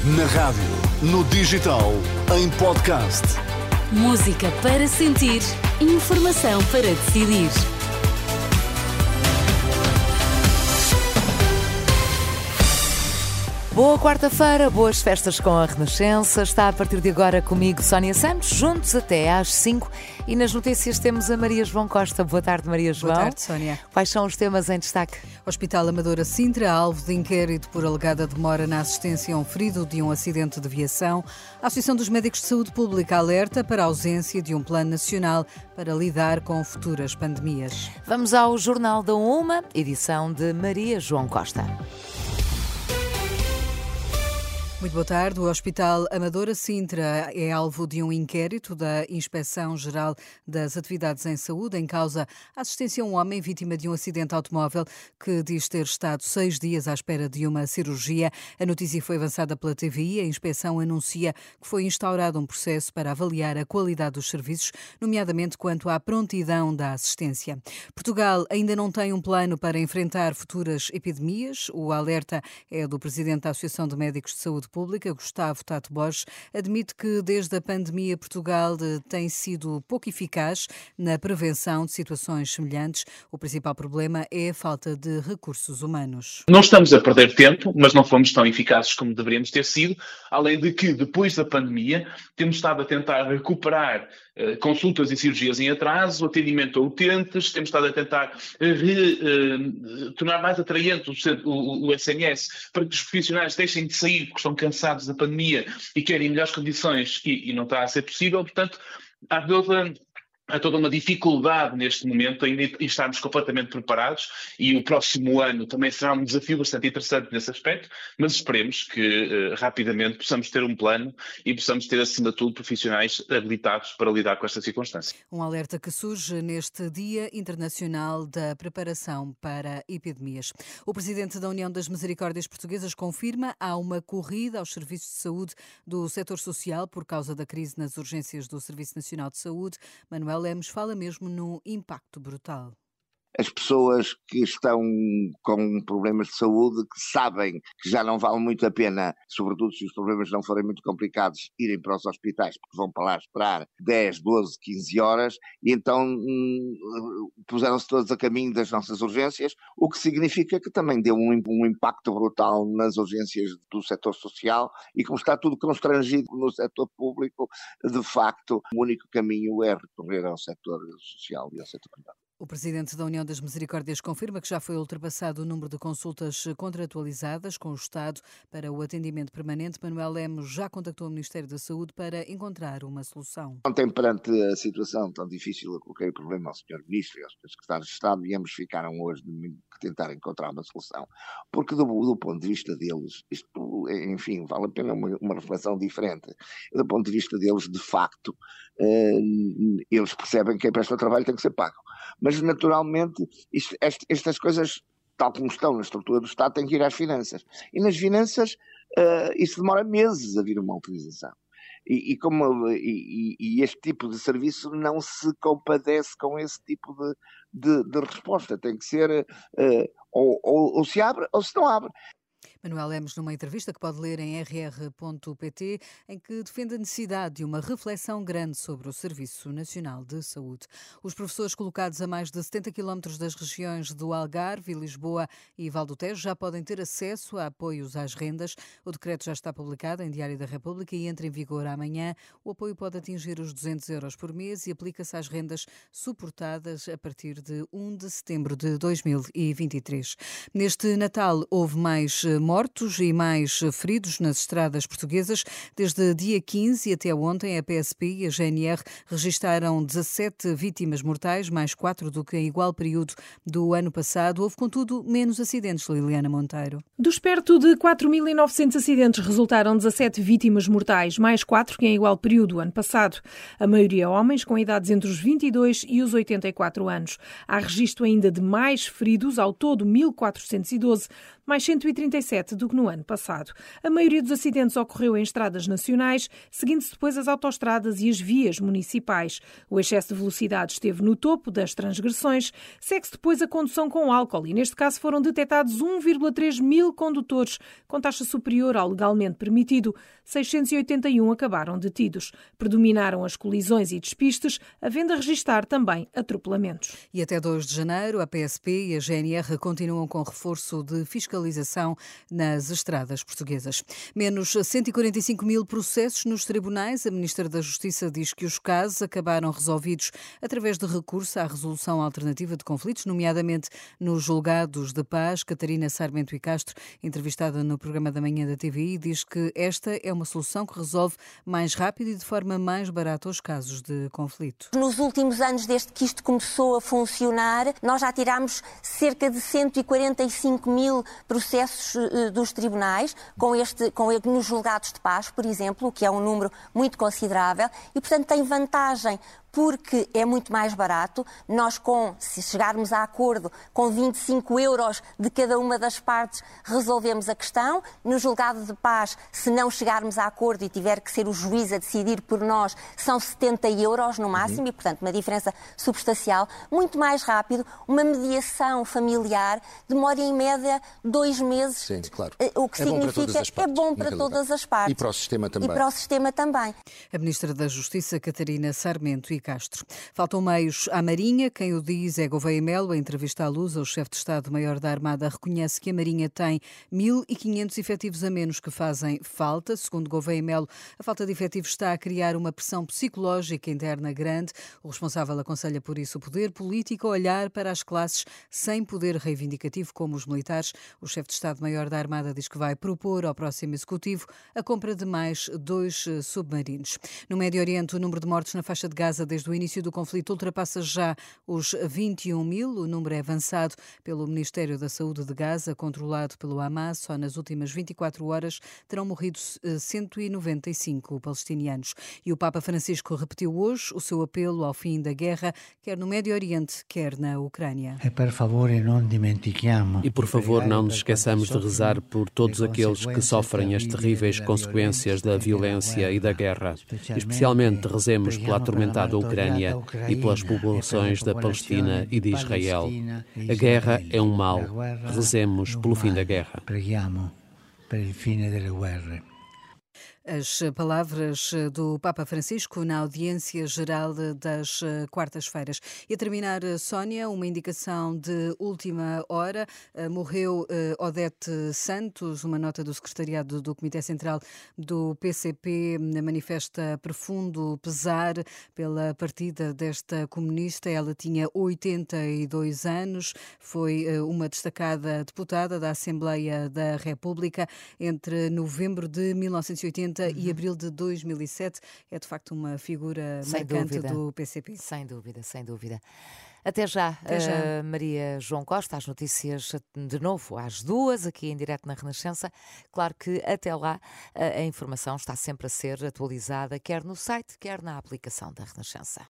Na rádio, no digital, em podcast. Música para sentir, informação para decidir. Boa quarta-feira, boas festas com a Renascença. Está a partir de agora comigo Sónia Santos, juntos até às 5. E nas notícias temos a Maria João Costa. Boa tarde, Maria João. Boa tarde, Sónia. Quais são os temas em destaque? Hospital Amadora Sintra, alvo de inquérito por alegada demora na assistência a um ferido de um acidente de viação. A Associação dos Médicos de Saúde Pública alerta para a ausência de um plano nacional para lidar com futuras pandemias. Vamos ao Jornal da Uma, edição de Maria João Costa. Muito boa tarde. O Hospital Amadora Sintra é alvo de um inquérito da Inspeção-Geral das Atividades em Saúde. Em causa a assistência a um homem vítima de um acidente automóvel que diz ter estado 6 dias à espera de uma cirurgia. A notícia foi avançada pela TVI. A inspeção anuncia que foi instaurado um processo para avaliar a qualidade dos serviços, nomeadamente quanto à prontidão da assistência. Portugal ainda não tem um plano para enfrentar futuras epidemias. O alerta é do presidente da Associação de Médicos de Saúde Pública, Gustavo Tato Borges. Admite que desde a pandemia Portugal tem sido pouco eficaz na prevenção de situações semelhantes. O principal problema é a falta de recursos humanos. Não estamos a perder tempo, mas não fomos tão eficazes como deveríamos ter sido, além de que depois da pandemia temos estado a tentar recuperar consultas e cirurgias em atraso, atendimento a utentes, temos estado a tentar tornar mais atraente o SNS para que os profissionais deixem de sair porque estão cansados da pandemia e querem melhores condições e não está a ser possível. Portanto, há toda uma dificuldade neste momento ainda em estarmos completamente preparados e o próximo ano também será um desafio bastante interessante nesse aspecto, mas esperemos que rapidamente possamos ter um plano e possamos ter, acima de tudo, profissionais habilitados para lidar com esta circunstância. Um alerta que surge neste Dia Internacional da Preparação para Epidemias. O presidente da União das Misericórdias Portuguesas confirma que há uma corrida aos serviços de saúde do setor social por causa da crise nas urgências do Serviço Nacional de Saúde. Manuel Lemos fala mesmo num impacto brutal. As pessoas que estão com problemas de saúde, que sabem que já não vale muito a pena, sobretudo se os problemas não forem muito complicados, irem para os hospitais, porque vão para lá esperar 10, 12, 15 horas, e então puseram-se todos a caminho das nossas urgências, o que significa que também deu um impacto brutal nas urgências do setor social, e como está tudo constrangido no setor público, de facto, o único caminho é recorrer ao setor social e ao setor privado. O presidente da União das Misericórdias confirma que já foi ultrapassado o número de consultas contratualizadas com o Estado para o atendimento permanente. Manuel Lemos já contactou o Ministério da Saúde para encontrar uma solução. Ontem, perante a situação tão difícil, eu coloquei o problema ao Sr. Ministro e aos secretários de Estado e ambos ficaram hoje de tentar encontrar uma solução. Porque do ponto de vista deles, isto, enfim, vale a pena uma reflexão diferente. Do ponto de vista deles, de facto, eles percebem que quem presta trabalho tem que ser pago. Mas, naturalmente, estas coisas, tal como estão na estrutura do Estado, têm que ir às finanças. E nas finanças, isso demora meses a vir uma autorização. E este tipo de serviço não se compadece com esse tipo de resposta. Tem que ser ou se abre ou se não abre. Manuel Lemos, numa entrevista que pode ler em rr.pt, em que defende a necessidade de uma reflexão grande sobre o Serviço Nacional de Saúde. Os professores colocados a mais de 70 km das regiões do Algarve, Lisboa e Val do Tejo já podem ter acesso a apoios às rendas. O decreto já está publicado em Diário da República e entra em vigor amanhã. O apoio pode atingir os 200 euros por mês e aplica-se às rendas suportadas a partir de 1 de setembro de 2023. Neste Natal houve mais mortos e mais feridos nas estradas portuguesas. Desde dia 15 até ontem, a PSP e a GNR registaram 17 vítimas mortais, mais 4 do que em igual período do ano passado. Houve, contudo, menos acidentes, Liliana Monteiro. Dos perto de 4.900 acidentes, resultaram 17 vítimas mortais, mais 4 que em igual período do ano passado. A maioria homens com idades entre os 22 e os 84 anos. Há registro ainda de mais feridos, ao todo 1.412, mais 137 do que no ano passado. A maioria dos acidentes ocorreu em estradas nacionais, seguindo-se depois as autoestradas e as vias municipais. O excesso de velocidade esteve no topo das transgressões, segue-se depois a condução com álcool e, neste caso, foram detectados 1,3 mil condutores, com taxa superior ao legalmente permitido. 681 acabaram detidos. Predominaram as colisões e despistes, havendo a registar também atropelamentos. E até 2 de janeiro, a PSP e a GNR continuam com reforço de fiscalização nas estradas portuguesas. Menos 145 mil processos nos tribunais. A Ministra da Justiça diz que os casos acabaram resolvidos através de recurso à resolução alternativa de conflitos, nomeadamente nos julgados de paz. Catarina Sarmento e Castro, entrevistada no programa da manhã da TVI, diz que esta é uma solução que resolve mais rápido e de forma mais barata os casos de conflito. Nos últimos anos, desde que isto começou a funcionar, nós já tirámos cerca de 145 mil processos dos tribunais, nos julgados de paz, por exemplo, o que é um número muito considerável, e, portanto, tem vantagem porque é muito mais barato. Nós, se chegarmos a acordo com 25 euros de cada uma das partes, resolvemos a questão. No julgado de paz, se não chegarmos a acordo e tiver que ser o juiz a decidir por nós, são 70 euros no máximo e, portanto, uma diferença substancial. Muito mais rápido. Uma mediação familiar demora, em média, 2 meses. Sim, claro. O que significa que é bom para todas as partes. E para o sistema também. E para o sistema também. A Ministra da Justiça, Catarina Sarmento e Castro. Faltam meios à Marinha. Quem o diz é Gouveia Melo. Em entrevista à Luz, o chefe de Estado-Maior da Armada reconhece que a Marinha tem 1.500 efetivos a menos que fazem falta. Segundo Gouveia Melo, a falta de efetivos está a criar uma pressão psicológica interna grande. O responsável aconselha, por isso, o poder político a olhar para as classes sem poder reivindicativo, como os militares. O chefe de Estado-Maior da Armada diz que vai propor ao próximo Executivo a compra de mais 2 submarinos. No Médio Oriente, o número de mortes na faixa de Gaza desde o início do conflito ultrapassa já os 21 mil. O número é avançado pelo Ministério da Saúde de Gaza, controlado pelo Hamas. Só nas últimas 24 horas terão morrido 195 palestinianos. E o Papa Francisco repetiu hoje o seu apelo ao fim da guerra, quer no Médio Oriente, quer na Ucrânia. E por favor, não nos esqueçamos de rezar por todos aqueles que sofrem as terríveis consequências da violência e da guerra. Especialmente rezemos pela atormentada Ucrânia e pelas populações da Palestina e de Israel. A guerra é um mal. Rezemos pelo fim da guerra. As palavras do Papa Francisco na audiência geral das quartas-feiras. E a terminar, Sónia, uma indicação de última hora. Morreu Odete Santos. Uma nota do secretariado do Comitê Central do PCP manifesta profundo pesar pela partida desta comunista. Ela tinha 82 anos, foi uma destacada deputada da Assembleia da República entre novembro de 1980 e abril de 2007. É de facto uma figura marcante do PCP. Sem dúvida, sem dúvida. Até já, Até já. Maria João Costa, as notícias de novo às 2, aqui em direto na Renascença. Claro que até lá a informação está sempre a ser atualizada, quer no site, quer na aplicação da Renascença.